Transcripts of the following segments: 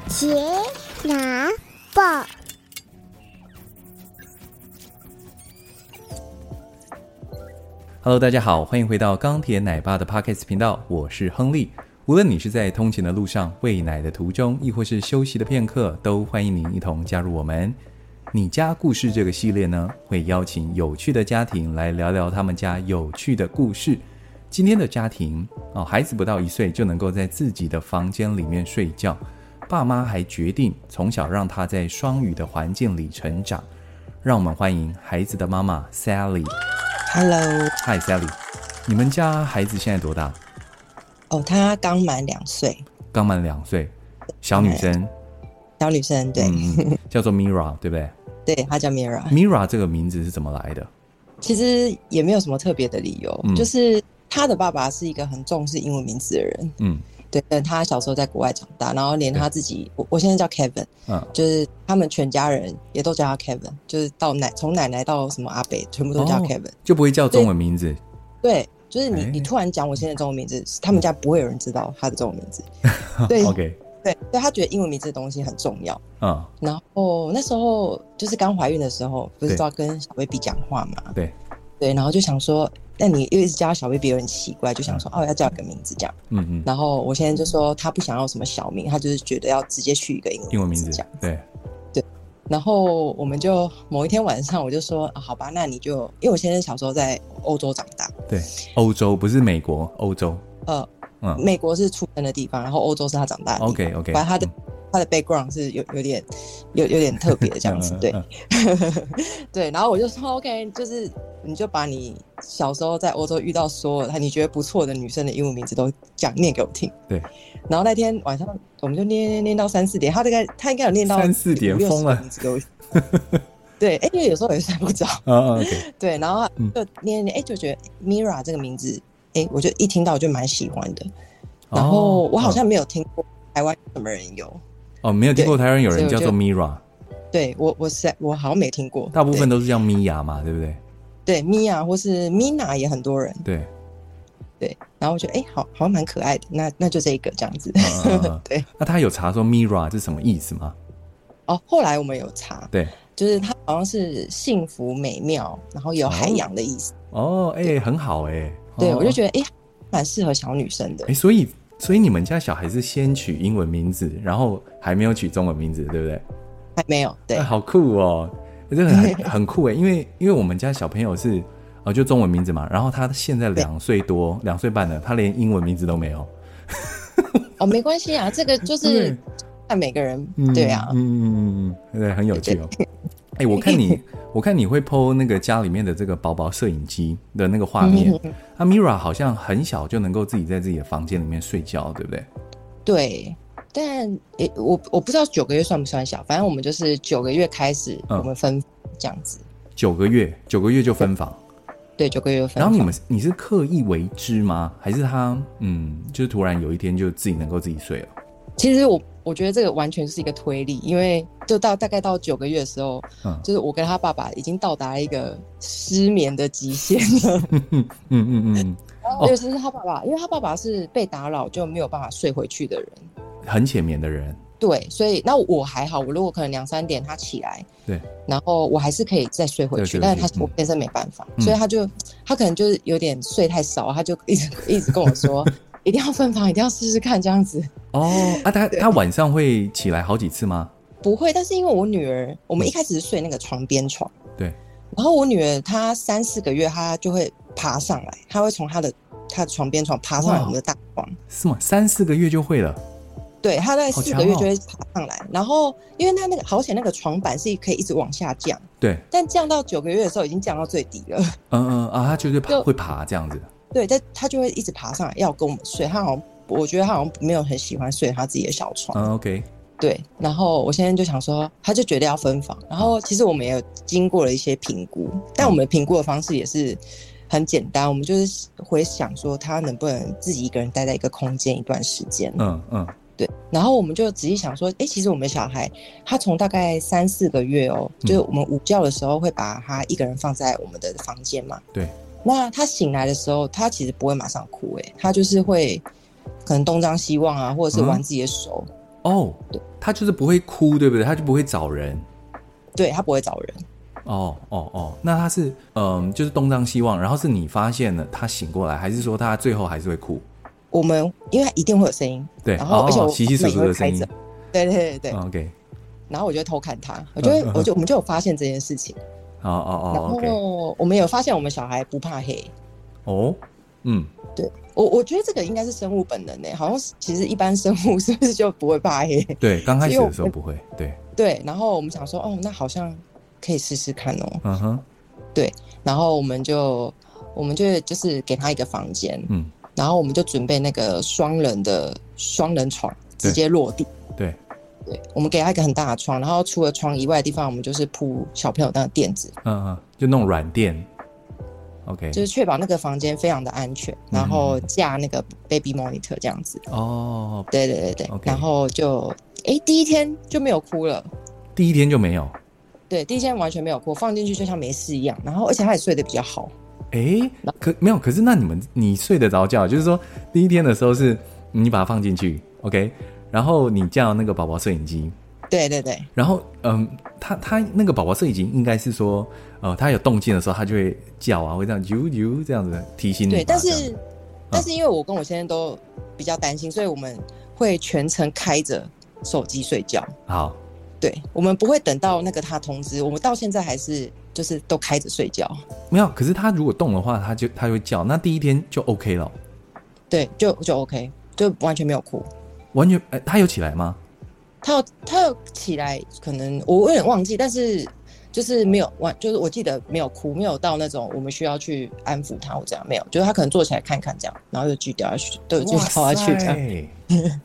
杰拿报。 Hello， 大家好，欢迎回到钢铁奶爸的 Podcast 频道，我是亨利。无论你是在通勤的路上、喂奶的途中，亦或是休息的片刻，都欢迎您一同加入我们。你家故事这个系列呢，会邀请有趣的家庭来聊聊他们家有趣的故事。今天的家庭孩子不到1岁就能够在自己的房间里面睡觉，爸妈还决定从小让他在双语的环境里成长。让我们欢迎孩子的妈妈 Sally。Hello， Hi Sally， 你们家孩子现在多大？ 他刚满2岁。 刚满2岁，小女生。 小女生，对， 叫做 Mira， 对不对？ 对，她叫 Mira。 Mira 这个名字是怎么来的？ 其实也没有什么特别的理由，就是她的爸爸是一个很重视英文名字的人。对，他小时候在国外长大，然后连他自己，我现在叫 Kevin，就是他们全家人也都叫他 Kevin， 就是从奶奶到什么阿伯，全部都叫 Kevin， 就不会叫中文名字。 对，就是你突然讲我现在的中文名字，他们家不会有人知道他的中文名字。对 ，OK， 对，所以他觉得英文名字的东西很重要。然后那时候就是刚怀孕的时候，不是都要跟小 baby 讲话嘛？对，然后就想说，那你又一直叫小 baby 有点奇怪，就想说要叫一个名字这样。然后我现在就说他不想要什么小名，他就是觉得要直接取一个英文名字这样。对。然后我们就某一天晚上，我就说好吧，那你就因为我先生小时候在欧洲长大。对， 欧洲不是美国，欧洲。 美国是出生的地方，然后欧洲是他长大的地方。 OK， 反正他的 background 是有点特别的这样子。对。对，然后我就说 OK， 就是你就把你小时候在欧洲遇到所有你觉得不错的女生的英文名字都念给我听。对。然后那天晚上我们就念到3-4点，他应该有念到 3-4点，疯了。 名字给我对，因为有时候也睡不着。 OK。对， 然后就念就觉得 Mira 这个名字，我就一听到我就蛮喜欢的。然后我好像没有听过台湾什么人有。 没有听过台湾有人叫做 Mira。对， 我好像没听过。 大部分都是叫 Mia 嘛，对不对？ 对 ，Mia 或是 Mina 也很多人。对，然后我觉得好像蛮可爱的，那就这个这样子。对。那他有查说 Mira 是什么意思吗？ 后来我们有查。 对， 就是它好像是幸福美妙，然后有海洋的意思。 很好对，我就觉得蛮适合小女生的。 所以你们家小孩是先取英文名字，然后还没有取中文名字，对不对？ 还没有。对， 好酷哦，这个很酷因为我们家小朋友是就中文名字嘛，然后他现在2岁多，2岁半了，他连英文名字都没有。 没关系啊，这个就是看每个人。对啊。 对，很有趣哦。我看你会 po 那个家里面的这个宝宝摄影机的那个画面。Mira 好像很小就能够自己在自己的房间里面睡觉，对不对？ 对，但我不知道9个月算不算小，反正我们就是9个月开始我们分这样子。9个月就分房。 对，9个月就分房。 然后你是刻意为之吗？还是他就是突然有一天就自己能够自己睡了？ 其实我觉得这个完全是一个推力，因为就大概到9个月的时候，就是我跟他爸爸已经到达了一个失眠的极限了。然后尤其是他爸爸，因为他爸爸是被打扰就没有办法睡回去的人，很浅眠的人。 对，所以那我还好，我如果可能2-3点他起来，对，然后我还是可以再睡回去，但是我先生没办法，所以他可能就是有点睡太少，他就一直跟我说一定要分房，一定要试试看这样子。 他晚上会起来好几次吗？ 不会，但是因为我女儿，我们一开始是睡那个床边床， 对， 然后我女儿她3-4个月，她就会爬上来，她会从她的床边床爬上来我们的大床。 是吗？3-4个月就会了？ 对，她在4个月就会爬上来，然后因为她那个好险，那个床板是可以一直往下降，对，但降到9个月的时候已经降到最低了。她就是会爬这样子。对，但她就会一直爬上来要跟我们睡，我觉得她好像没有很喜欢睡她自己的小床。 OK。 对，然后我现在就想说，他就觉得要分房，然后其实我们也有经过了一些评估，但我们评估的方式也是很简单，我们就是会想说他能不能自己一个人待在一个空间一段时间。对，然后我们就仔细想说，其实我们小孩他从大概3-4个月就是我们午觉的时候会把他一个人放在我们的房间嘛。对，那他醒来的时候，他其实不会马上哭，他就是会可能东张西望啊，或者是玩自己的手。 哦，对，他就是不会哭，对不对？他就不会找人。 对，他不会找人。 那他是就是东张西望，然后是你发现了他醒过来，还是说他最后还是会哭？ 我们因为他一定会有声音， 对， 然后而且我稀稀疏疏的声音， 对 ，OK。 然后我就偷看他，我们就有发现这件事情。然后我们有发现我们小孩不怕黑。对，我觉得这个应该是生物本能好像其实一般生物是不是就不会怕黑？ 对，刚开始的时候不会， 对，然后我们想说，那好像可以试试看对，然后我们就是给他一个房间，然后我们就准备那个双人床，直接落地。对，我们给他一个很大的床，然后除了床以外的地方，我们就是铺小朋友的垫子， 就那种软垫。OK， 就是确保那个房间非常的安全，然后架那个 baby monitor 这样子。对， okay. 然后就第一天就没有哭了。 第一天就没有？对， 第一天完全没有哭，放进去就像没事一样，然后而且他也睡得比较好。 可是那你睡得着觉？就是说第一天的时候是你把它放进去 ，OK， 然后你叫那个宝宝摄影机。 对， 然后他那个宝宝摄影机应该是说他有动静的时候他就会叫啊，会这样啾啾这样子提醒你。 对，但是因为我跟我先生都比较担心，所以我们会全程开着手机睡觉。 好， 对，我们不会等到那个他通知，我们到现在还是就是都开着睡觉。 没有，可是他如果动的话他就会叫，那第一天就 OK 了。对， 就 OK， 就完全没有哭。 完全他有起来吗？ 他有起来，可能我有点忘记，但是就是没有就是我记得没有哭，没有到那种我们需要去安抚他或这样，没有，就是他可能坐起来看看这样，然后就锯掉下去，对，就掉下去这样。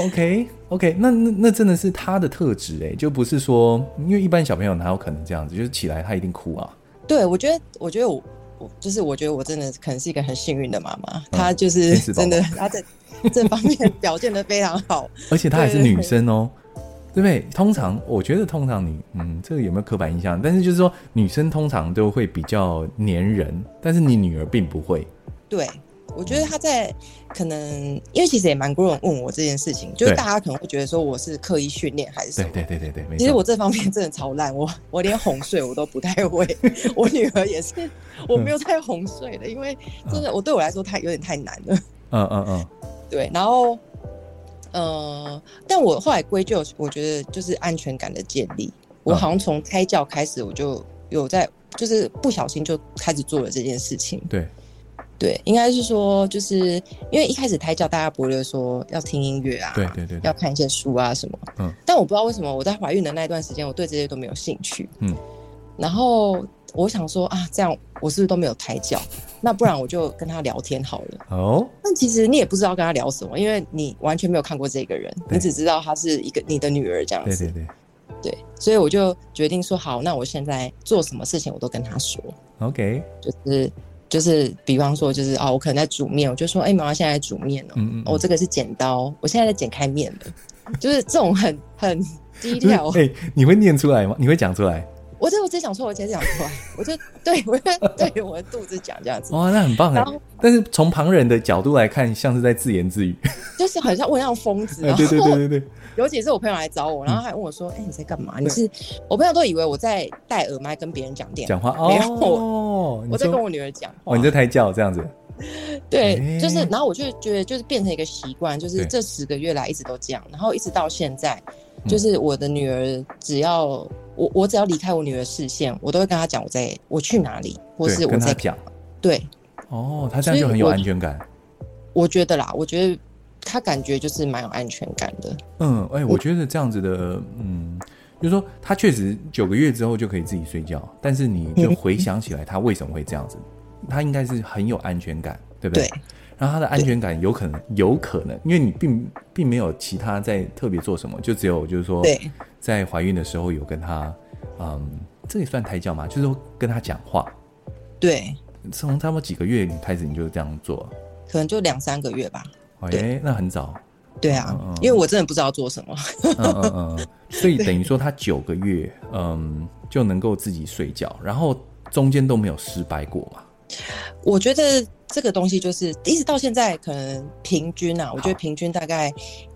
OK， 那真的是他的特质就不是说，因为一般小朋友哪有可能这样子，就是起来他一定哭啊。 对，我觉得我就是我觉得我真的可能是一个很幸运的妈妈，她就是真的她在这方面表现得非常好， 而且她还是女生对不对？我觉得通常这个有没有刻板印象？但是就是说女生通常都会比较黏人，但是你女儿并不会。对， 我觉得她在可能因为其实也蛮多人问我这件事情，就是大家可能会觉得说我是刻意训练还是什么？对，没错。其实我这方面真的超烂，我连哄睡我都不太会。我女儿也是，我没有在哄睡的，因为真的对我来说有点太难了。对，然后。但我后来归咎，我觉得就是安全感的建立。我好像从胎教开始，我就有在，就是不小心就开始做了这件事情。对，应该是说，就是因为一开始胎教，大家不会说要听音乐啊，对，要看一些书啊什么。但我不知道为什么我在怀孕的那段时间，我对这些都没有兴趣。然后我想说这样我是不是都没有胎教？那不然我就跟他聊天好了。但其实你也不知道跟他聊什么，因为你完全没有看过这个人，你只知道他是一个你的女儿这样子。对，所以我就决定说好，那我现在做什么事情我都跟他说。OK， 就是比方说就是我可能在煮面，我就说妈妈现在在煮面我这个是剪刀，我现在在剪开面了，就是这种很低调。 你会念出来吗？你会讲出来？ 我直接讲出来，我就对着我的肚子讲这样子。 哇，那很棒哎！但是从旁人的角度来看，像是在自言自语， 就是很像我像疯子。对。尤其是我朋友来找我，然后还问我说：“你在干嘛？”我朋友都以为我在戴耳麦跟别人讲话。没有，我在跟我女儿讲话。 你在胎教这样子。 对，就是，然后我就觉得就是变成一个习惯，就是这10个月来一直都这样，然后一直到现在。就是我的女儿，只要我只要离开我女儿视线，我都会跟她讲我去哪里，或是我在讲。对， 她这样就很有安全感。 我觉得啦，我觉得她感觉就是蛮有安全感的。 我觉得这样子的，就是说她确实9个月之后就可以自己睡觉，但是你就回想起来，她为什么会这样子？她应该是很有安全感，对不对？对。然后他的安全感有可能，因为你并没有其他在特别做什么，就只有就是说，在怀孕的时候有跟他，这也算胎教嘛，就是说跟他讲话。对，从差不多几个月开始你就这样做， 可能就2-3个月吧。 那很早。 对啊，因为我真的不知道做什么。 所以等于说他9个月，就能够自己睡觉，然后中间都没有失败过嘛。 我觉得这个东西就是一直到现在可能平均我觉得平均大概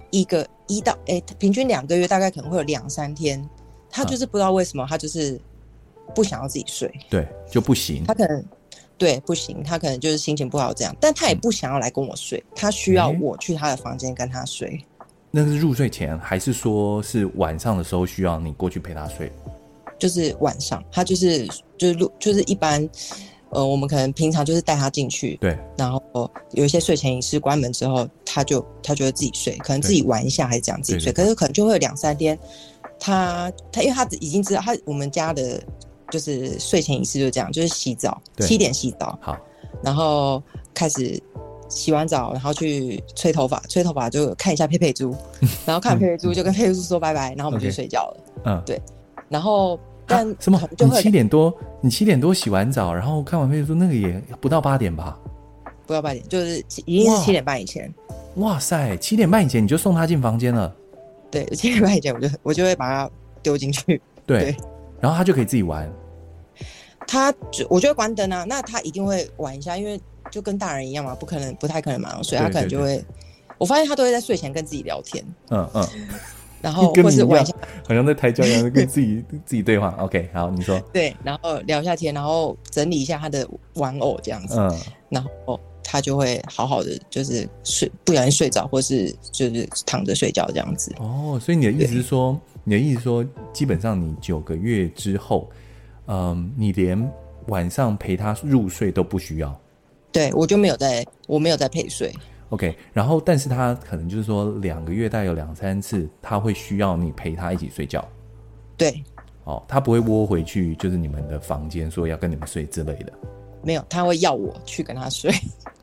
平均2个月大概可能会有2-3天，他就是不知道为什么他就是不想要自己睡， 对，就不行， 他可能对不行，他可能就是心情不好这样，但他也不想要来跟我睡，他需要我去他的房间跟他睡。 那是入睡前还是说是晚上的时候需要你过去陪他睡？ 就是晚上，他就是一般，我们可能平常就是带他进去， 对， 然后有一些睡前仪式，关门之后他就会自己睡，可能自己玩一下还是这样自己睡，可是可能就会有2-3天，他因为他已经知道我们家的就是睡前仪式就这样，就是洗澡，7点洗澡， 好， 然后开始洗完澡，然后去吹头发就看一下佩佩猪，然后看完佩佩猪就跟佩佩猪说拜拜，然后我们就睡觉了，对。然后，但什么？你7点多洗完澡，然后看完佩佩猪，那个也不到8点吧？ 不到8点，就是一定是7点半以前。 哇塞，7点半以前你就送他进房间了？ 对，7点半以前我就会把他丢进去。 对，然后他就可以自己玩。 我就会关灯啊，那他一定会玩一下，因为就跟大人一样嘛，不太可能马上睡，他可能就会，我发现他都会在睡前跟自己聊天。然后或是玩一下， 好像在胎教一样，跟自己对话。OK， 好，你说。 对，然后聊一下天，然后整理一下他的玩偶这样子，然后他就会好好的就是不小心睡着，或是就是躺着睡觉这样子。 哦，所以你的意思是说，基本上你9个月之后，你连晚上陪他入睡都不需要。 对，我没有在陪睡。 OK， 然后但是他可能就是说2个月大概有2-3次，他会需要你陪他一起睡觉。 对， 他不会窝回去就是你们的房间说要跟你们睡之类的。 没有，他会要我去跟他睡。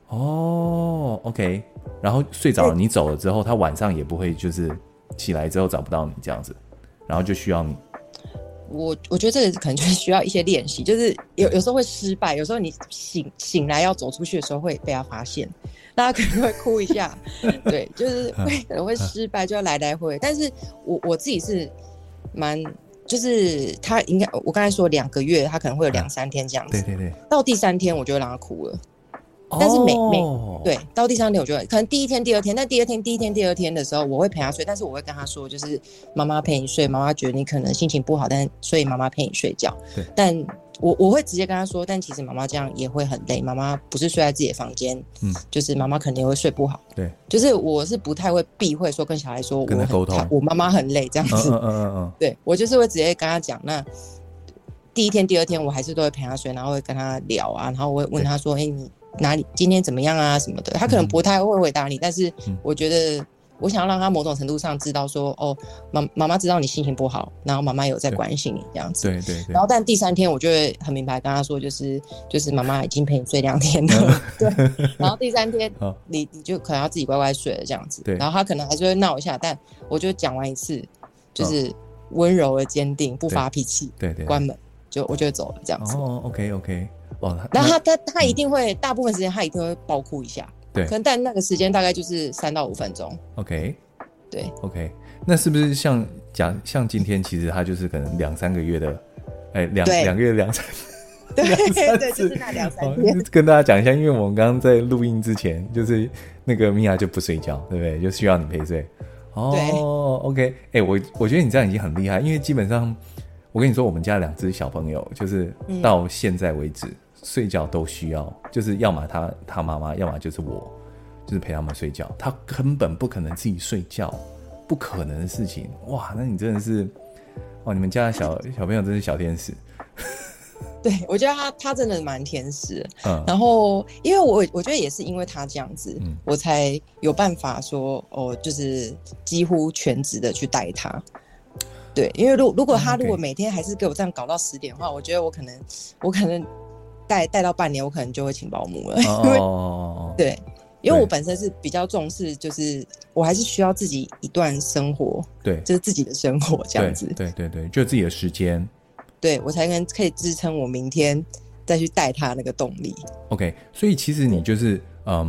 OK， 然后睡着了，你走了之后，他晚上也不会就是起来之后找不到你这样子，然后就需要你。 我觉得这个可能就是需要一些练习，就是有时候会失败，有时候你醒来要走出去的时候会被他发现，大家可能会哭一下，对，就是可能会失败，就要来回。但是我自己是就是他应该我刚才说2个月，他可能会有2-3天这样子， 对， 到第3天我就会让他哭了。但是对，到第3天我就会，可能第1天、第2天，但第一天、第2天的时候，我会陪他睡，但是我会跟他说，就是妈妈陪你睡，妈妈觉得你可能心情不好，所以妈妈陪你睡觉。 对， 但我会直接跟他说，但其实妈妈这样也会很累，妈妈不是睡在自己的房间，就是妈妈肯定也会睡不好。对，就是我是不太会避讳说跟小孩说跟他沟通， 我妈妈很累这样子。对，我就是会直接跟他讲，那第1天、第2天我还是都会陪他睡，然后会跟他聊啊，然后我会问他说，你哪里今天怎么样啊什么的，他可能不太会回答你，但是我觉得我想要让他某种程度上知道说，妈妈知道你心情不好，然后妈妈有在关心你这样子。对。然后但第3天我就会很明白跟他说，就是妈妈已经陪你睡2天了，对。然后第3天你就可能要自己乖乖睡了这样子。对。然后他可能还是会闹一下，但我就讲完一次，就是温柔而坚定，不发脾气，对，关门我就会走了这样子。 OK。 那他一定会大部分时间他一定会爆哭一下，对，可能但那个时间大概就是3到5分钟。 OK， 对 ，OK， 那是不是像今天其实他就是可能2-3个月的，两个月2-3， 对，就是那2-3天。 跟大家讲一下，因为我们刚刚在录音之前，就是那个米娅就不睡觉，对不对？就需要你陪睡。OK， 我觉得你这样已经很厉害，因为基本上。我跟你说，我们家2只小朋友，就是到现在为止，睡觉都需要，就是要么他妈妈，要么就是我，就是陪他们睡觉。他根本不可能自己睡觉，不可能的事情。哇，那你真的是，哇，你们家的小朋友真是小天使。 对，我觉得他真的蛮天使的。然后，因为我觉得也是因为他这样子，我才有办法说，就是几乎全职的去带他。对，因为如果他每天还是给我这样搞到10点的话，我觉得我可能带到半年，我可能就会请保姆了。对，因为我本身是比较重视，就是我还是需要自己一段生活，对，就是自己的生活这样子。对， 就自己的时间， 对我才可以支撑我明天再去带他那个动力。 OK， 所以其实你就是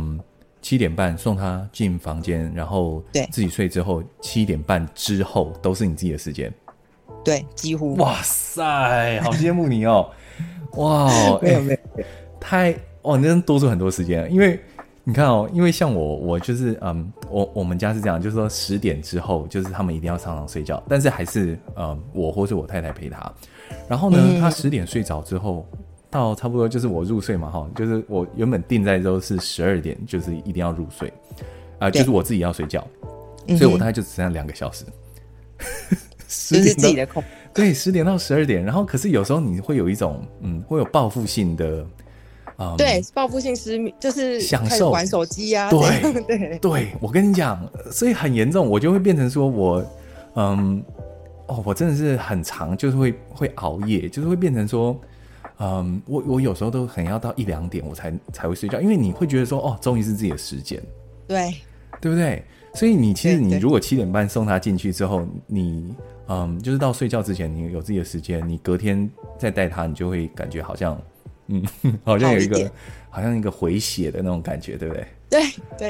7点半送他进房间，然后自己睡之后7点半之后都是你自己的时间。 对，几乎。 哇塞，好羡慕你哦！哇， 没有， 你真的多出很多时间了，因为你看哦，因为像我就是我们家是这样，就是说10点之后，就是他们一定要上床睡觉，但是还是我或是我太太陪他。然后呢，他10点睡着之后，到差不多就是我入睡嘛哈，就是我原本定在都是12点，就是一定要入睡就是我自己要睡觉，所以我大概就只剩下2个小时， 就是自己的空。 对，10点到12点，然后可是有时候你会有一种会有报复性的。 对，报复性失眠就是享受玩手机啊， 对，我跟你讲，所以很严重，我就会变成说我我真的是很长，就是会熬夜，就是会变成说我有时候都很要到1-2点我才会睡觉，因为你会觉得说终于是自己的时间， 对不对？所以你其实你如果7点半送他进去之后，你就是到睡觉之前你有自己的时间，你隔天再带他，你就会感觉好像好像有好像一个回血的那种感觉，对不对？ 对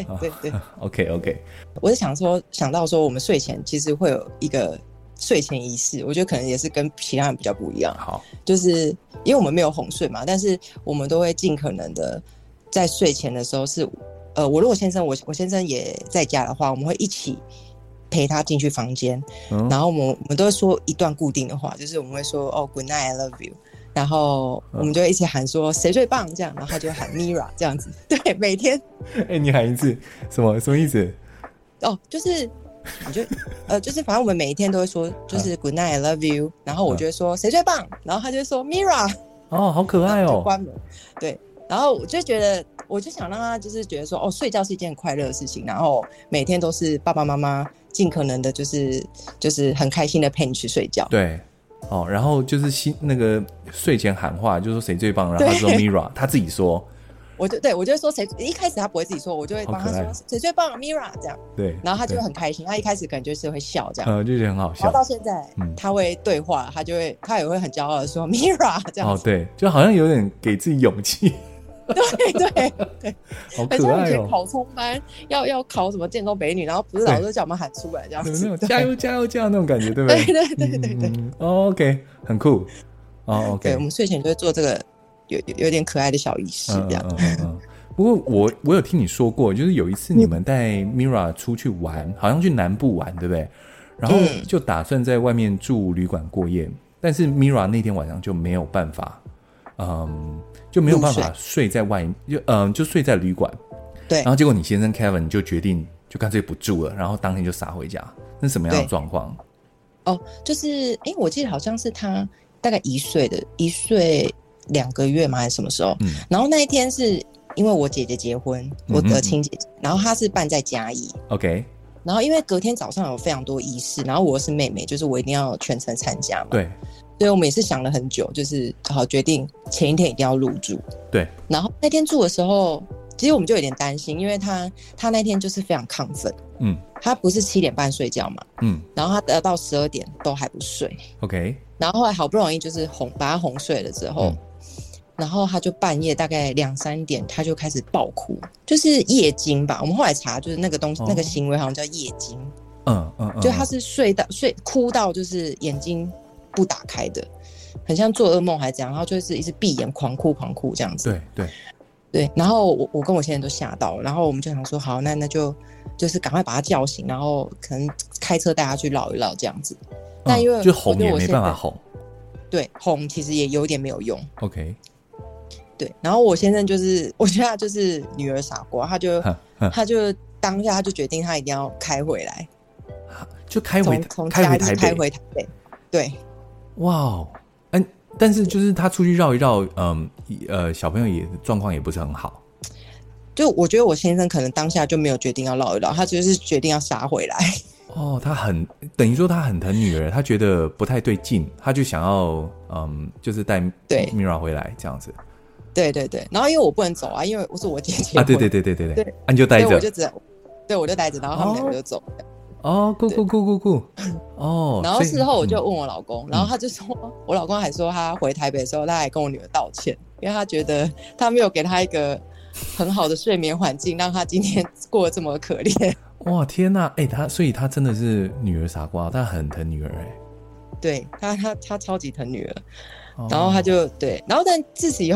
OK， 我是想到说，我们睡前其实会有一个睡前仪式，我觉得可能也是跟其他人比较不一样。 好， 就是因为我们没有哄睡嘛，但是我们都会尽可能的在睡前的时候是，我如果我先生也在家的话，我们会一起陪他进去房间，然后我们都会说一段固定的话，就是我们会说Good night, I love you。然后我们就会一起喊说谁最棒这样，然后他就喊 Mira 这样子。对，每天。 你喊一次什么意思？ 就是你就是反正我们每一天都会说就是 Good night, I love you。然后我就会说谁最棒，然后他就会说 Mira。 好可爱哦。 就关门。对，然后我就觉得，我就想让他就是觉得说睡觉是一件很快乐的事情，然后每天都是爸爸妈妈尽可能的就是很开心的陪你去睡觉。 对。然后就是那个睡前喊话，就说谁最棒，然后他说 Mira， 他自己说，我就会说谁，一开始他不会自己说，我就会帮他说谁最棒 Mira 这样，对，然后他就会很开心，他一开始可能就是会笑这样，就觉得很好笑，然後到现在他会对话，他也会很骄傲的说 Mira 这样子，对，就好像有点给自己勇气。对，好可爱哦！以前考冲班要考什么建中北女，然后不是老师叫我们喊出来这样子，那种加油加油加油那种感觉，对不对？对。OK， 很酷。OK， 对，我们睡前就会做这个有点可爱的小仪式这样。不过我有听你说过，就是有一次你们带 Mira 出去玩，好像去南部玩，对不对？然后就打算在外面住旅馆过夜，但是 Mira 那天晚上就没有办法，就没有办法睡在外，就睡在旅馆。对。然后结果你先生 Kevin 就决定就干脆不住了，然后当天就杀回家。那什么样的状况？就是我记得好像是他大概1岁2个月嘛，还是什么时候？然后那一天是因为我姐姐结婚，我的亲姐姐，然后她是办在嘉义。OK。然后因为隔天早上有非常多仪式，然后我是妹妹，就是我一定要全程参加嘛。对。所以我们也是想了很久，就是好决定前一天一定要入住。对。然后那天住的时候，其实我们就有点担心，因为他那天就是非常亢奋。他不是7点半睡觉嘛。然后他得到12点都还不睡。OK。然后后来好不容易就是把他哄睡了之后，然后他就半夜大概2-3点他就开始爆哭，就是夜惊吧。我们后来查，就是那个东西，那个行为好像叫夜惊。就他是哭到就是眼睛不打开的，很像做噩梦还这样，然后就是一直闭眼狂哭这样子。对，然后我跟我先生都吓到了，然后我们就想说好，那就是赶快把他叫醒，然后可能开车带他去绕一绕这样子。但因为就哄也没办法哄，对，哄其实也有点没有用。OK。对，然后我先生就是我觉得他就是女儿傻瓜，他就当下他就决定他一定要开回来，就从嘉义开回台北。对，哇，但是就是他出去绕一绕，小朋友也状况也不是很好。就我觉得我先生可能当下就没有决定要绕一绕，他就是决定要杀回来。他等于说他很疼女儿，他觉得不太对劲，他就想要就是带 Mira 回来这样子。对，然后因为我不能走啊，因为我是我姐姐。对，你就待着，我就待着，然后他们2个就走。酷。然后事后我就问我老公，然后他就说，我老公还说他回台北的时候，他还跟我女儿道歉，因为他觉得他没有给他一个很好的睡眠环境，让他今天过得这么可怜。哇，天哪！所以他真的是女儿傻瓜，他很疼女儿。对，他超级疼女儿，然后他就对，然后但自此以后，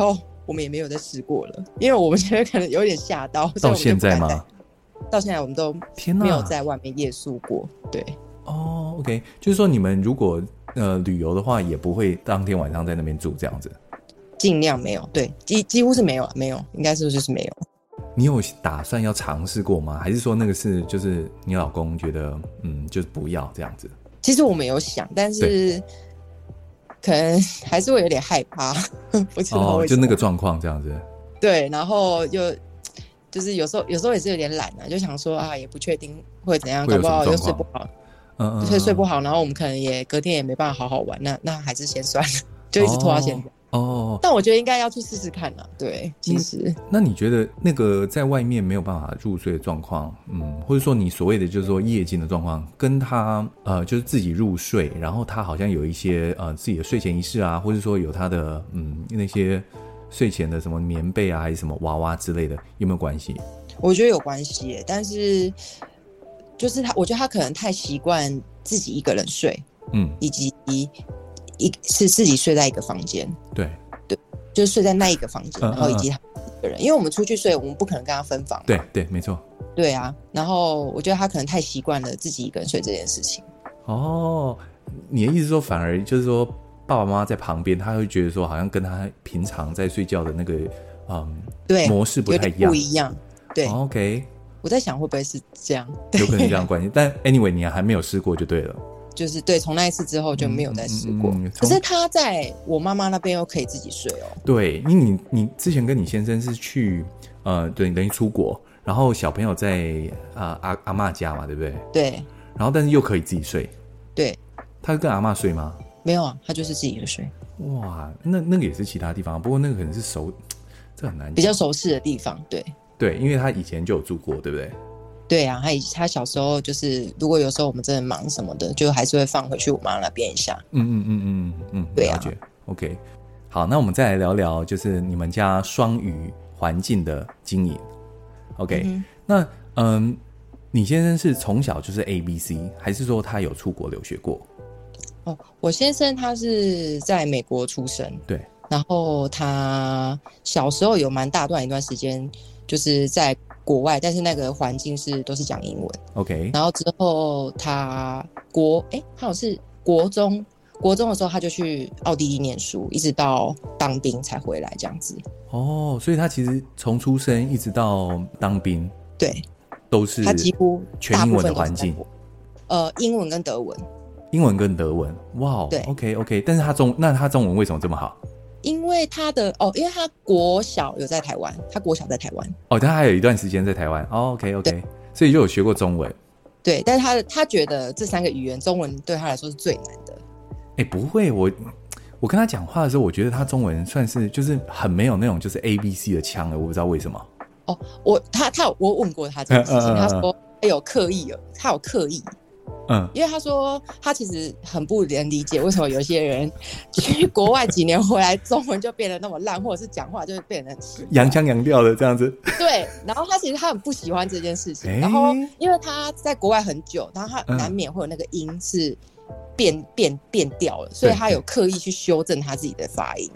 我们也没有再试过了，因为我们觉得可能有点吓到。 到现在吗？ 到现在我们都没有在外面夜宿过。对。 哦 ，OK， 就是说你们如果旅游的话，也不会当天晚上在那边住这样子。 尽量没有，对，几乎是没有了，没有，应该是就是没有。 你有打算要尝试过吗？还是说那个是就是你老公觉得就是不要这样子？ 其实我们有想，但是可能还是会有点害怕，不知道为什么。 就那个状况这样子。 对，然后就是有时候也是有点懒啊，就想说啊，也不确定会怎样，搞不好又睡不好，睡不好，然后我们可能也隔天也没办法好好玩，那还是先算了，就一直拖到现在。但我觉得应该要去试试看啦。对，其实那你觉得那个在外面没有办法入睡的状况，或者说你所谓的就是说夜惊的状况，跟他就是自己入睡，然后他好像有一些自己的睡前仪式啊，或者说有他的那些睡前的什么棉被啊，还是什么娃娃之类的，有没有关系？ 我觉得有关系耶，但是就是我觉得他可能太习惯自己一个人睡，以及是自己睡在一个房间，对，就是睡在那一个房间，然后以及他一个人，因为我们出去睡，我们不可能跟他分房， 对，没错， 对啊，然后我觉得他可能太习惯了自己一个人睡这件事情。 你的意思说，反而就是说爸爸妈妈在旁边，他会觉得说好像跟他平常在睡觉的那个对模式不太一样， 不一样，对 ，OK， 我在想会不会是这样， 有可能这样关系，但 anyway 你还没有试过就对了。 就是对，从那一次之后就没有再试过。可是他在我妈妈那边又可以自己睡哦。 对，因为你之前跟你先生是去对，等于出国，然后小朋友在阿嬷家嘛，对不对？对。然后但是又可以自己睡。对。他跟阿嬷睡吗？ 没有啊，他就是自己的睡。 哇，那个也是其他地方，不过那个可能是这很难讲， 比较熟悉的地方，对。 对，因为他以前就有住过，对不对？ 对啊，他小时候就是，如果有时候我们真的忙什么的，就还是会放回去我妈那边一下。对啊。了解 ，OK。好，那我们再来聊聊，就是你们家双语环境的经营。OK，那你先生是从小就是 ABC， 还是说他有出国留学过？我先生他是在美国出生，对，然后他小时候有蛮大段一段时间就是在国外，但是那个环境都是讲英文。OK， 然后之后他好像是国中的时候他就去奥地利念书，一直到当兵才回来这样子。 所以他其实从出生一直到当兵，对，都是他几乎全英文的环境。 英文跟德文。 英文跟德文，哇，对 ，OK， 但是他中文为什么这么好？ 因为他因为他国小有在台湾，他国小在台湾。 他还有一段时间在台湾。OK， 所以就有学过中文。对， 但是他觉得这3个语言，中文对他来说是最难的。 不会，我跟他讲话的时候，我觉得他中文算是就是很没有那种就是 ABC 的腔了，我不知道为什么。 我问过他这件事情，他说他有刻意。因为他说他其实很不能理解为什么有些人去国外几年回来，中文就变得那么烂，或者是讲话就会变得很洋腔洋调的这样子。 对，然后他其实很不喜欢这件事情，然后因为他在国外很久，然后他难免会有那个音是变调了，所以他有刻意去修正他自己的发音。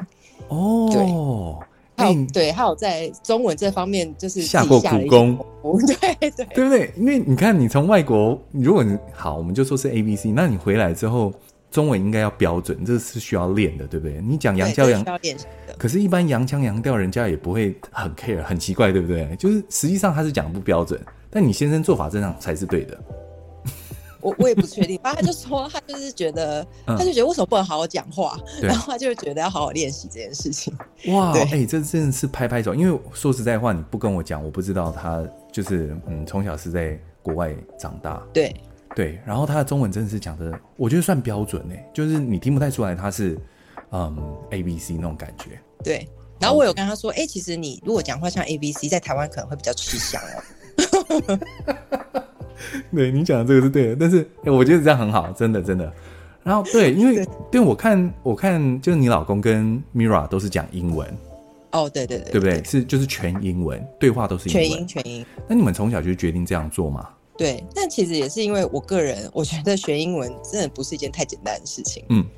对，他有在中文这方面就是下过苦功， 对不对？因为你看，你从外国，如果你好，我们就说是 ABC， 那你回来之后，中文应该要标准，这是需要练的，对不对？你讲洋腔洋，可是一般洋腔洋调，人家也不会很 care， 很奇怪，对不对？就是实际上他是讲不标准，但你先生做法这样才是对的。 我也不确定，他就说他就是觉得，他就觉得为什么不能好好讲话，然后他就觉得要好好练习这件事情。哇， 这真的是拍拍手，因为说实在话，你不跟我讲，我不知道他就是从小是在国外长大。对，然后他的中文真的是讲的，我觉得算标准就是你听不太出来他是ABC 那种感觉。对， 然后我有跟他说，其实你如果讲话像 ABC， 在台湾可能会比较吃香哦。 对，你讲的这个是对的，但是我觉得这样很好，真的。然后对，因为对我看就是你老公跟 Mira 都是讲英文。 对，对不对？就是全英文，对话都是英文， 全英。 那你们从小就决定这样做吗？ 对，但其实也是因为我个人，我觉得学英文真的不是一件太简单的事情。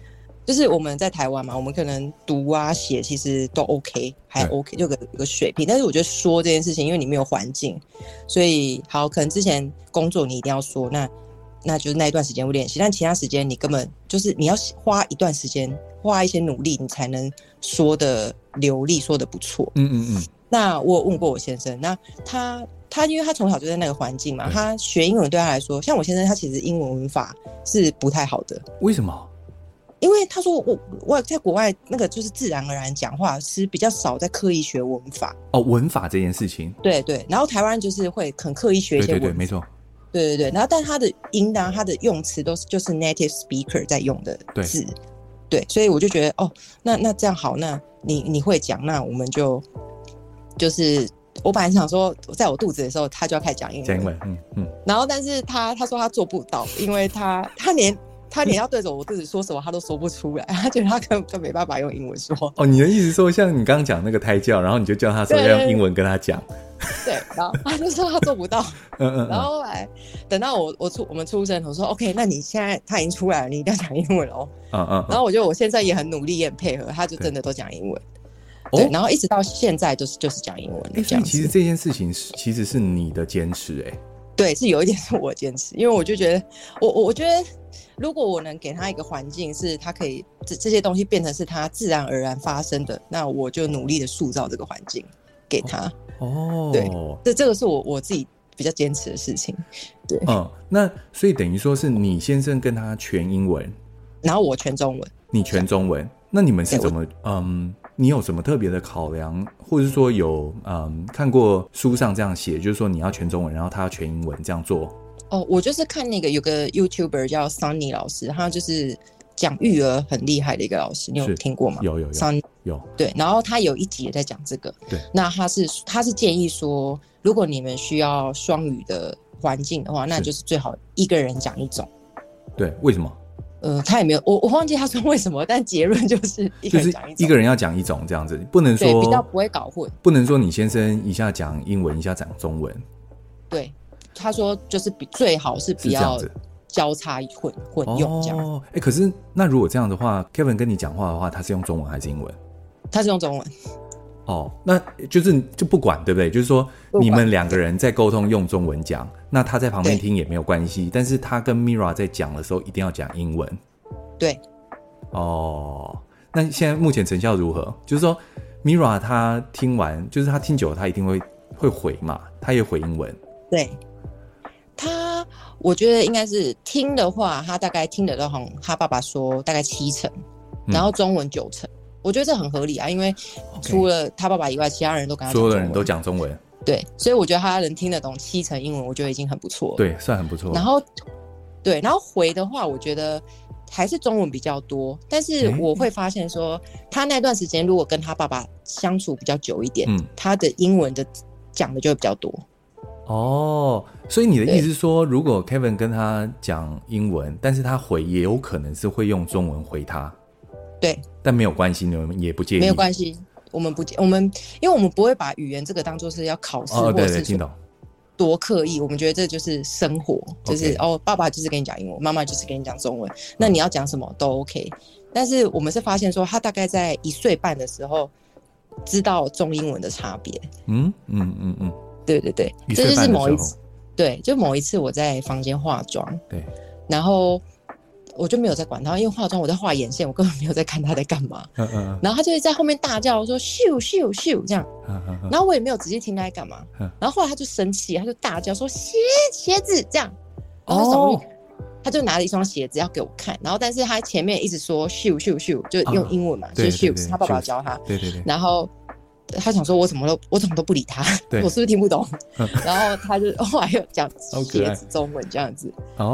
就是我们在台湾嘛，我们可能读啊写其实都 OK， 还 OK， 就有个水平。但是我觉得说这件事情，因为你没有环境，所以好，可能之前工作你一定要说，那就是那一段时间会练习，但其他时间你根本就是你要花一段时间，花一些努力，你才能说的流利，说的不错。那我有问过我先生，那他因为他从小就在那个环境嘛，他学英文对他来说，像我先生他其实英文文法是不太好的。 为什么？ 因为他说我在国外那个就是自然而然讲话是比较少在刻意学文法。 文法这件事情。对， 然后台湾就是会很刻意学一些文法。对， 没错。 对，然后但他的音啊，他的用词都是就是 native speaker 在用的字。对，所以我就觉得那这样好，那你会讲，那我们就是我本来想说，在我肚子的时候，他就要开始讲英文。然后，但是他说他做不到，因为他连要对着我肚子说什么，他都说不出来。他觉得他根本没办法用英文说。 你的意思说，像你刚刚讲那个胎教，然后你就叫他说要用英文跟他讲。 对，然后他就说他做不到。然后后来等到我们出生，我说 OK， 那你现在他已经出来了，你一定要讲英文哦。然后我觉得我现在也很努力，也很配合，他就真的都讲英文。对，然后一直到现在就是讲英文。 所以其实这件事情其实是你的坚持。 对，是有一点是我坚持，因为我就觉得我觉得如果我能给他一个环境，是他可以这些东西变成是他自然而然发生的，那我就努力的塑造这个环境给他。对，这个是我自己比较坚持的事情。对， 那所以等于说是你先生跟他全英文， 然后我全中文。 你全中文，那你们是怎么你有什么特别的考量，或者是说有看过书上这样写，就是说你要全中文，然后他要全英文这样做？ 我就是看那个有个 YouTuber 叫 Sunny 老师，他就是讲育儿很厉害的一个老师，你有听过吗？ 有 Sunny 有。 对，然后他有一集也在讲这个。 对， 那他是建议说，如果你们需要双语的环境的话，那就是最好一个人讲一种。 对，为什么？ 他也没有，我忘记他说为什么，但结论就是一个人讲一种， 就是一个人要讲一种这样子，不能说对比较不会搞混， 不能说你先生一下讲英文，一下讲中文。 对，他说就是最好是不要交叉混用这样。 可是那如果这样的话 ，Kevin 跟你讲话的话，他是用中文还是英文？ 他是用中文。 那就不管对不对？就是说你们两个人在沟通用中文讲，那他在旁边听也没有关系，但是他跟 Mira 在讲的时候一定要讲英文。 对。 那现在目前成效如何？就是说 Mira 他听完，就是他听久了他一定会回嘛，他也回英文。 对。我觉得应该是听的话，他大概听得到他爸爸说大概70%，然后中文90%。我觉得这很合理啊，因为除了他爸爸以外，其他人都跟他讲中文， 所有的人都讲中文。 对，所以我觉得他能听得懂70%英文，我觉得已经很不错了。 对，算很不错。 然后回的话，我觉得还是中文比较多，但是我会发现说，他那段时间如果跟他爸爸相处比较久一点，他的英文的讲的就会比较多。 所以你的意思是说，如果 Kevin 跟他讲英文，但是他回也有可能是会用中文回他。对，但没有关系，你们也不介意。 没有关系，我们因为我们不会把语言这个当作是要考试，或者是听懂多刻意。我们觉得这就是生活，就是爸爸就是跟你讲英文，妈妈就是跟你讲中文，那你要讲什么都 OK。但是我们是发现说，他大概在1岁半的时候知道中英文的差别。对，这就是某一次，对，就某一次我在房间化妆，对，然后我就没有在管他，因为化妆我在画眼线，我根本没有在看他在干嘛。然后他就会在后面大叫说咻咻咻这样，然后我也没有仔细听他在干嘛。然后后来他就生气，他就大叫说鞋子这样，然后他就拿了一双鞋子要给我看，然后但是他前面一直说咻咻咻，就用英文嘛，就是 shoes， 他爸爸教他。对，然后他想说我怎么都不理他，我是不是听不懂？然后他就后来又讲鞋子中文这样子。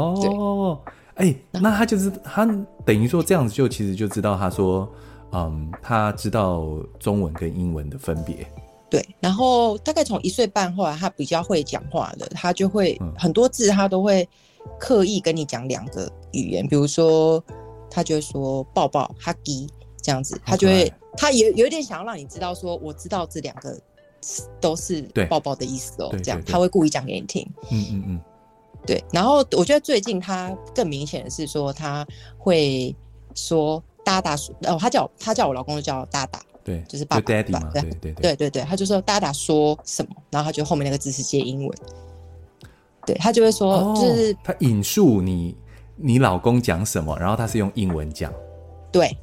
那他等于说这样子其实就知道他说他知道中文跟英文的分别。 对，然后大概从1岁半后来他比较会讲话了，他就会很多字他都会刻意跟你讲2个语言，比如说他就会说抱抱 huggy 这样子，他就会他有点想要让你知道说我知道这2个都是抱抱的意思这样他会故意讲给你听。对，然后我觉得最近他更明显的是说他会说大大说，他叫我老公就叫大大， 对， 就是爸爸， 就 daddy 嘛，对， 他就说大大说什么，然后他就后面那个字是接英文，对，他就会说，就是他引述你老公讲什么，然后他是用英文讲， 对，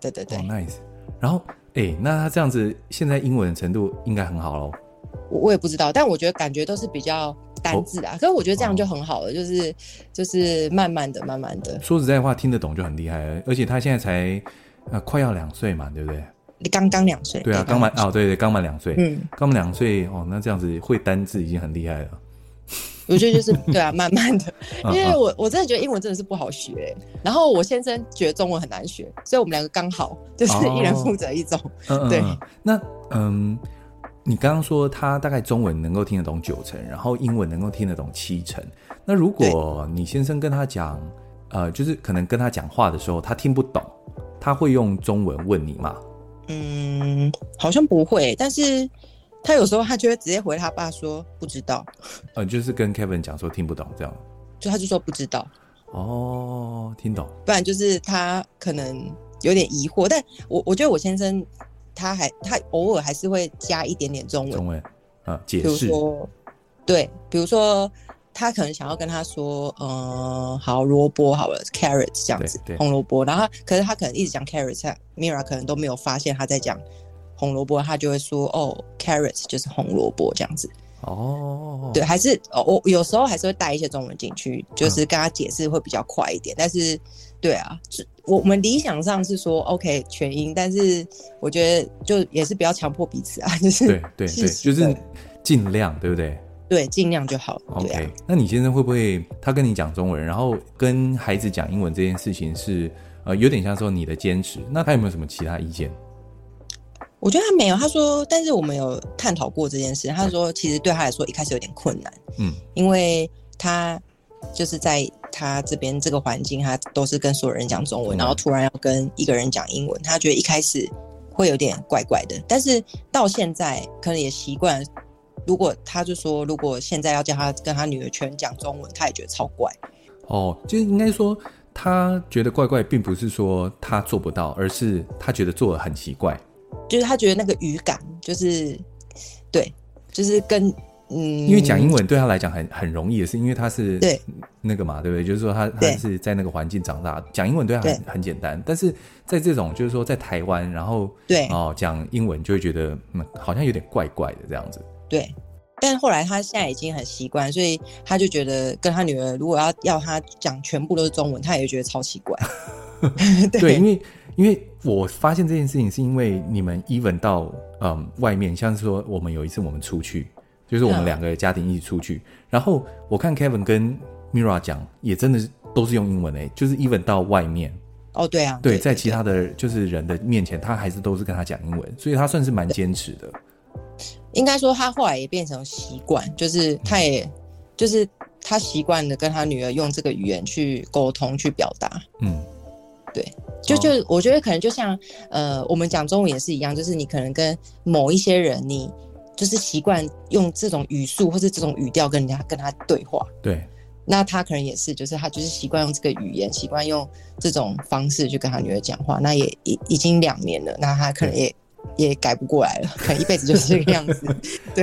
nice。然后那他这样子现在英文的程度应该很好咯。 我也不知道，但我觉得感觉都是比较单字可是我觉得这样就很好了，就是慢慢的说实在话听得懂就很厉害了，而且他现在才快要2岁嘛，对不对？ 刚2岁， 对啊，刚满对，刚满2岁，刚满2岁那这样子会单字已经很厉害了。 我觉得就是对啊，慢慢的，因为我真的觉得英文真的是不好学，然后我先生觉得中文很难学，所以我们2个刚好就是一人负责一种。对， 那你刚刚说他大概中文能够听得懂9成，然后英文能够听得懂7成。那如果你先生跟他讲，就是可能跟他讲话的时候他听不懂，他会用中文问你吗？ 好像不会，但是他有时候他就会直接回他爸说不知道。 就是跟 Kevin 讲说听不懂这样。 他就说不知道。 听懂。 不然就是他可能有点疑惑，但我觉得我先生他偶尔还是会加一点点中文， 解释。 比如说他可能想要跟他说，好萝卜好了 ，carrot 这样子，红萝卜，然后可是他可能一直讲 carrot，Mira 可能都没有发现他在讲红萝卜，他就会说carrot 就是红萝卜这样子。对，还是我有时候还是会带一些中文进去，就是跟他解释会比较快一点，但是对啊，我们理想上是说 OK 全英，但是我觉得就也是不要强迫彼此啊，就是对，就是尽量，对不对？ 对，尽量就好。 OK，那你先生会不会他跟你讲中文，然后跟孩子讲英文这件事情是有点像说你的坚持？那他有没有什么其他意见？ 我觉得他没有，他说，但是我们有探讨过这件事。他说，其实对他来说一开始有点困难，因为他就是在他这边这个环境，他都是跟所有人讲中文，然后突然要跟一个人讲英文，他觉得一开始会有点怪怪的，但是到现在可能也习惯。如果他就说，如果现在要叫他跟他女儿全讲中文，他也觉得超怪。 就是应该说他觉得怪怪，并不是说他做不到，而是他觉得做得很奇怪。 就是他觉得那个语感，就是对，就是跟因为讲英文对他来讲很容易的是，因为他是那个嘛，对不对？就是说他是在那个环境长大，讲英文对他很简单。但是在这种就是说在台湾，然后讲英文就会觉得好像有点怪怪的这样子。对， 但是后来他现在已经很习惯，所以他就觉得跟他女儿如果要他讲全部都是中文，他也觉得超奇怪。 对，因为我发现这件事情是因为你们 even 到外面，像是说我们有一次我们出去，就是我们2个家庭一起出去，然后我看 Kevin 跟 Mira 讲也真的都是用英文就是 even 到外面。 对啊， 对，在其他的就是人的面前，他还是都是跟他讲英文，所以他算是蛮坚持的。 应该说他后来也变成习惯，就是他也就是他习惯的跟他女儿用这个语言去沟通去表达。对，就我觉得可能就像我们讲中文也是一样，就是你可能跟某一些人，你就是习惯用这种语速或是这种语调跟他对话。 对， 那他可能也是，就是他就是习惯用这个语言，习惯用这种方式去跟他女儿讲话。那也已经2年了，那他可能也改不过来了，可能一辈子就是这个样子。对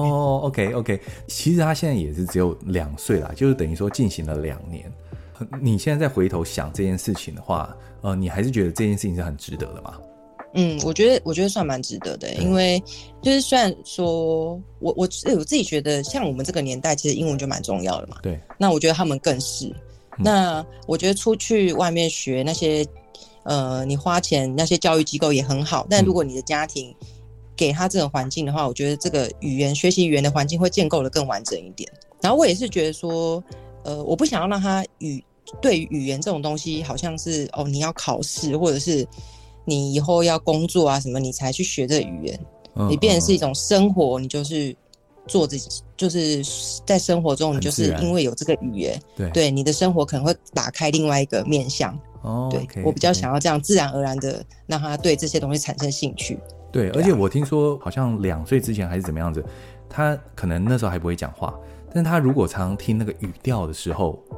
OK， 其实他现在也是只有2岁啦，就是等于说进行了2年。你现在再回头想这件事情的话，你还是觉得这件事情是很值得的吗？ 我觉得算蛮值得的，因为就是虽然说我自己觉得，像我们这个年代，其实英文就蛮重要的嘛。 对， 那我觉得他们更是。那我觉得出去外面学那些你花钱那些教育机构也很好，但如果你的家庭给他这种环境的话，我觉得这个学习语言的环境会建构的更完整一点。然后我也是觉得说，我不想要让他对于语言这种东西，好像是你要考试，或者是你以后要工作啊什么，你才去学这个语言。你变成是一种生活，你就是做自己，就是在生活中，你就是因为有这个语言，对你的生活可能会打开另外一个面向。对，我比较想要这样自然而然的让他对这些东西产生兴趣。 对，而且我听说好像2岁之前还是怎么样子，他可能那时候还不会讲话，但是他如果常听那个语调的时候，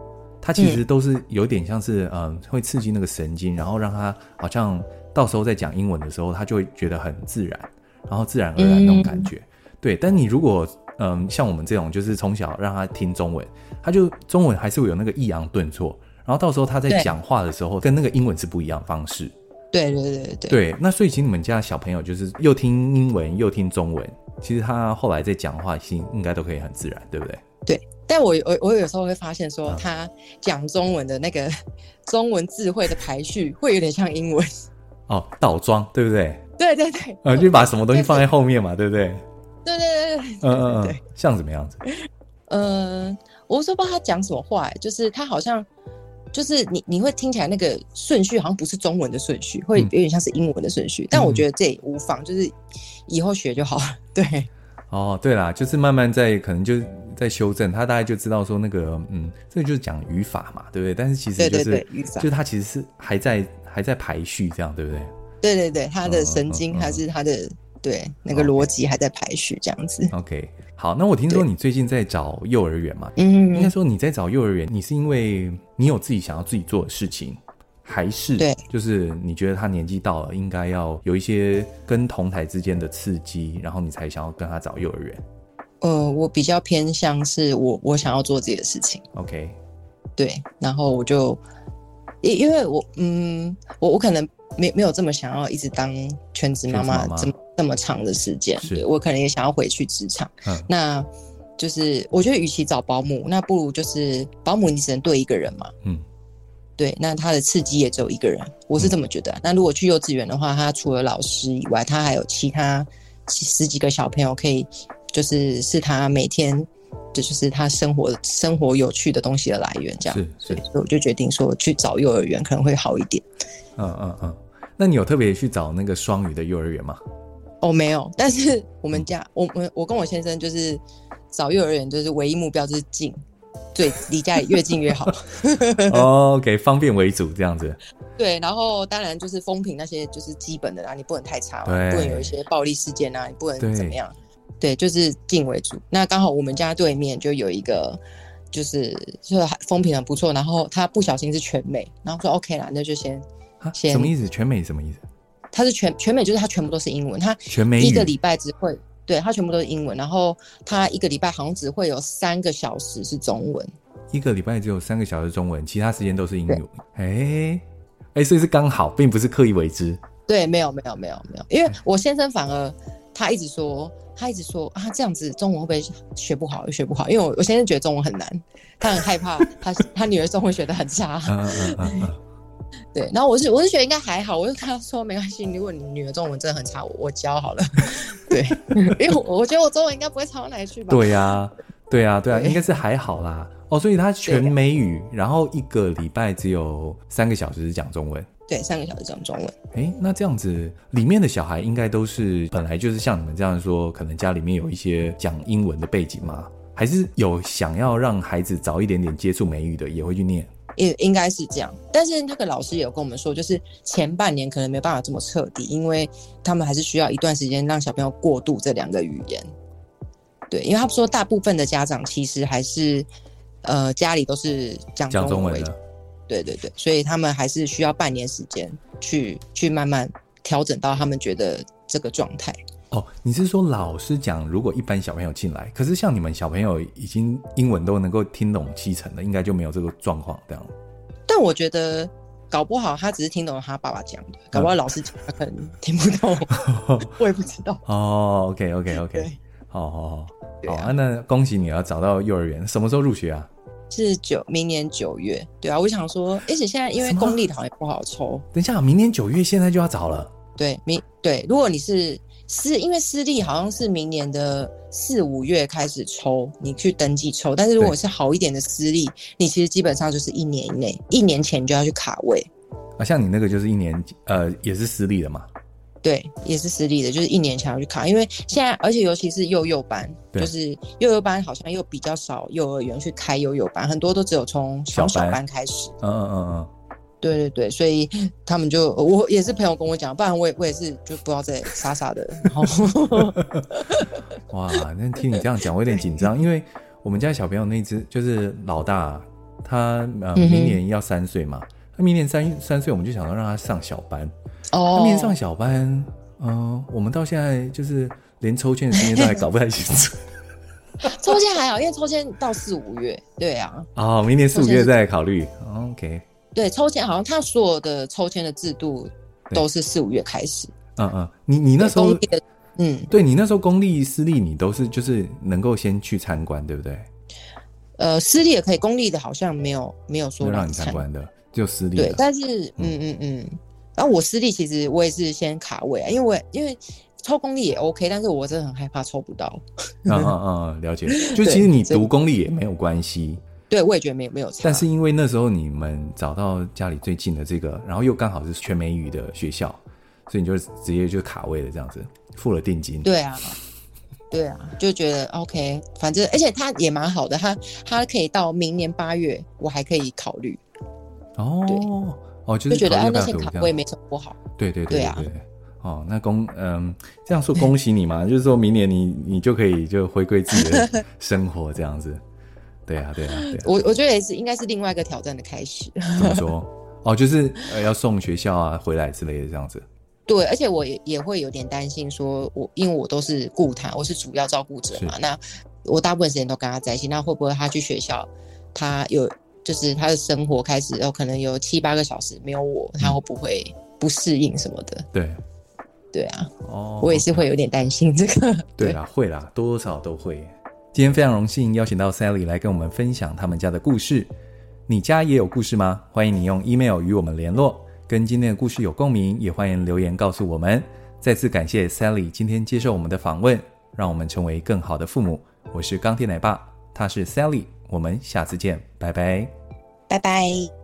它其实都是有点像是会刺激那个神经，然后让他好像到时候在讲英文的时候他就会觉得很自然，然后自然而然那种感觉。对，但你如果像我们这种就是从小让他听中文，他就中文还是会有那个抑扬顿挫，然后到时候他在讲话的时候跟那个英文是不一样的方式。 对对对对对，那所以其实你们家小朋友就是又听英文又听中文，其实他后来在讲话应该都可以很自然，对不对？ 对，但我有时候会发现说他讲中文的那个中文字汇的排序会有点像英文哦，倒装对不对？ 对对对， 就把什么东西放在后面嘛，对不对？ 对对对对， 像什么样子？ 我说不知道他讲什么话，就是他好像就是你会听起来那个顺序好像不是中文的顺序，会有点像是英文的顺序，但我觉得这也无妨，就是以后学就好了。对， 哦，对啦，就是慢慢可能就在修正，他大概就知道说那个这个就是讲语法嘛，对不对？但是其实就是对语法， 就是他其实是还在排序这样，对不对？ 对对对，他的神经还是他的对那个逻辑还在排序这样子。 OK， 好，那我听说你最近在找幼儿园嘛？应该说你在找幼儿园，你是因为你有自己想要自己做的事情，还是就是你觉得他年纪到了，应该要有一些跟同台之间的刺激，然后你才想要跟他找幼儿园？ 我比较偏向是我想要做自己的事情。 OK， 对， 然后我就因为我可能没有这么想要一直当全职妈妈这么长的时间，我可能也想要回去职场。那就是我觉得与其找保姆，那不如就是保姆你只能对一个人嘛。对，那他的刺激也只有一个人，我是这么觉得。那如果去幼稚园的话，他除了老师以外，他还有其他10几个小朋友可以，是他每天就是他生活有趣的东西的来源，这样。所以我就决定说去找幼儿园可能会好一点。 那你有特别去找那个双语的幼儿园吗？ 没有，但是我们家我跟我先生就是找幼儿园，就是唯一目标就是近，对，离家里越近越好。 OK， 方便为主这样子。 对，然后当然就是风评那些就是基本的啦，你不能太差嘛，不能有一些暴力事件啊，你不能怎么样。对，就是近为主。那刚好我们家对面就有一个就是风评很不错，然后他不小心是全美，然后说 OK 啦，那就先什么意思？全美什么意思？ 他是全美，就是他全部都是英文，他全美语一个礼拜只会，对，他全部都是英文，然后他一个礼拜好像只会有3个小时是中文， 一个礼拜只有3个小时中文，其他时间都是英语。所以是刚好，并不是刻意为之。 对，没有，因为我先生反而他一直说啊，这样子中文会不会学不好？因为我先生觉得中文很难，他很害怕他女儿中文学得很差。对，然后我是觉得应该还好，我就跟他说没关系，如果你女儿中文真的很差，我教好了。对，因为我觉得我中文应该不会差到哪里去吧。 对啊，应该是还好啦。所以他全美语，然后一个礼拜只有3个小时是讲中文。 对，3个小时讲中文。 那这样子里面的小孩应该都是本来就是像你们这样说，可能家里面有一些讲英文的背景吗？还是有想要让孩子早一点点接触美语的也会去念？ 应该是这样，但是那个老师也有跟我们说，就是前半年可能没办法这么彻底，因为他们还是需要一段时间让小朋友过渡这2个语言。对，因为他说大部分的家长其实还是家里都是讲中文为主。对，所以他们还是需要半年时间去慢慢调整到他们觉得这个状态。 你是说老师讲，如果一般小朋友进来，可是像你们小朋友已经英文都能够听懂70%了，应该就没有这个状况这样。但我觉得搞不好他只是听懂他爸爸讲的，搞不好老师讲他可能听不懂。我也不知道。 OK， 好，那恭喜你要找到幼儿园，什么时候入学啊？ 是明年9月。对啊，我想说，而且现在因为公立好像也不好抽。 等一下，明年9月现在就要找了？ 对，如果你是因为私立好像是明年的4、5月开始抽，你去登记抽。但是如果是好一点的私立，你其实基本上就是1年以内，1年前就要去卡位。 像你那个就是1年，也是私立的嘛？ 对，也是私立的，就是1年前要去卡，因为现在而且尤其是幼幼班，就是幼幼班好像又比较少幼儿园去开幼幼班，很多都只有从小班开始。对，所以他们我也是朋友跟我讲，不然我也是就不知道在傻傻的。然后哇，那听你这样讲，我有点紧张，因为我们家小朋友那只就是老大， 他明年要3岁嘛，他明年3岁我们就想要让他上小班。他明年上小班，我们到现在就是连抽签的时间都还搞不太清楚。 抽签还好，因为抽签到4、5月，对啊。 明年4、5月再来考虑。OK。 对，抽签好像他所有的抽签的制度都是4、5月开始。 你那时候，对，你那时候公立私立你都是就是能够先去参观，对不对？ 私立也可以，公立的好像没有说让你参观的，就私立的。 对，但是然后我私立其实我也是先卡位啊，因为抽公立也 OK， 但是我真的很害怕抽不到。 了解。就其实你读公立也没有关系。 对，我也觉得没有差。 但是因为那时候你们找到家里最近的这个，然后又刚好是全美语的学校，所以你就直接就卡位了，这样子付了定金。 对啊，就觉得 OK， 反正而且他也蛮好的，他可以到明年8月，我还可以考虑。 就是觉得那些卡位没什么不好。对啊。 那这样说恭喜你嘛，就是说明年你就可以就回归自己的生活这样子。对啊。 我觉得也是应该是另外一个挑战的开始。 怎么说？就是要送学校啊回来之类的这样子。 对，而且我也会有点担心说因为我都是顾他，我是主要照顾者嘛，那我大部分时间都跟他在一起，那会不会他去学校他有就是他的生活开始可能有7、8个小时没有我，他会不会不适应什么的？对啊。我也是会有点担心这个。 对啦，会啦，多多少少都会。今天非常荣幸邀请到 Sally 来跟我们分享他们家的故事。你家也有故事吗？欢迎你用 email 与我们联络，跟今天的故事有共鸣，也欢迎留言告诉我们。再次感谢 Sally 今天接受我们的访问，让我们成为更好的父母。我是钢铁奶爸，他是 Sally， 我们下次见，拜拜。 拜拜。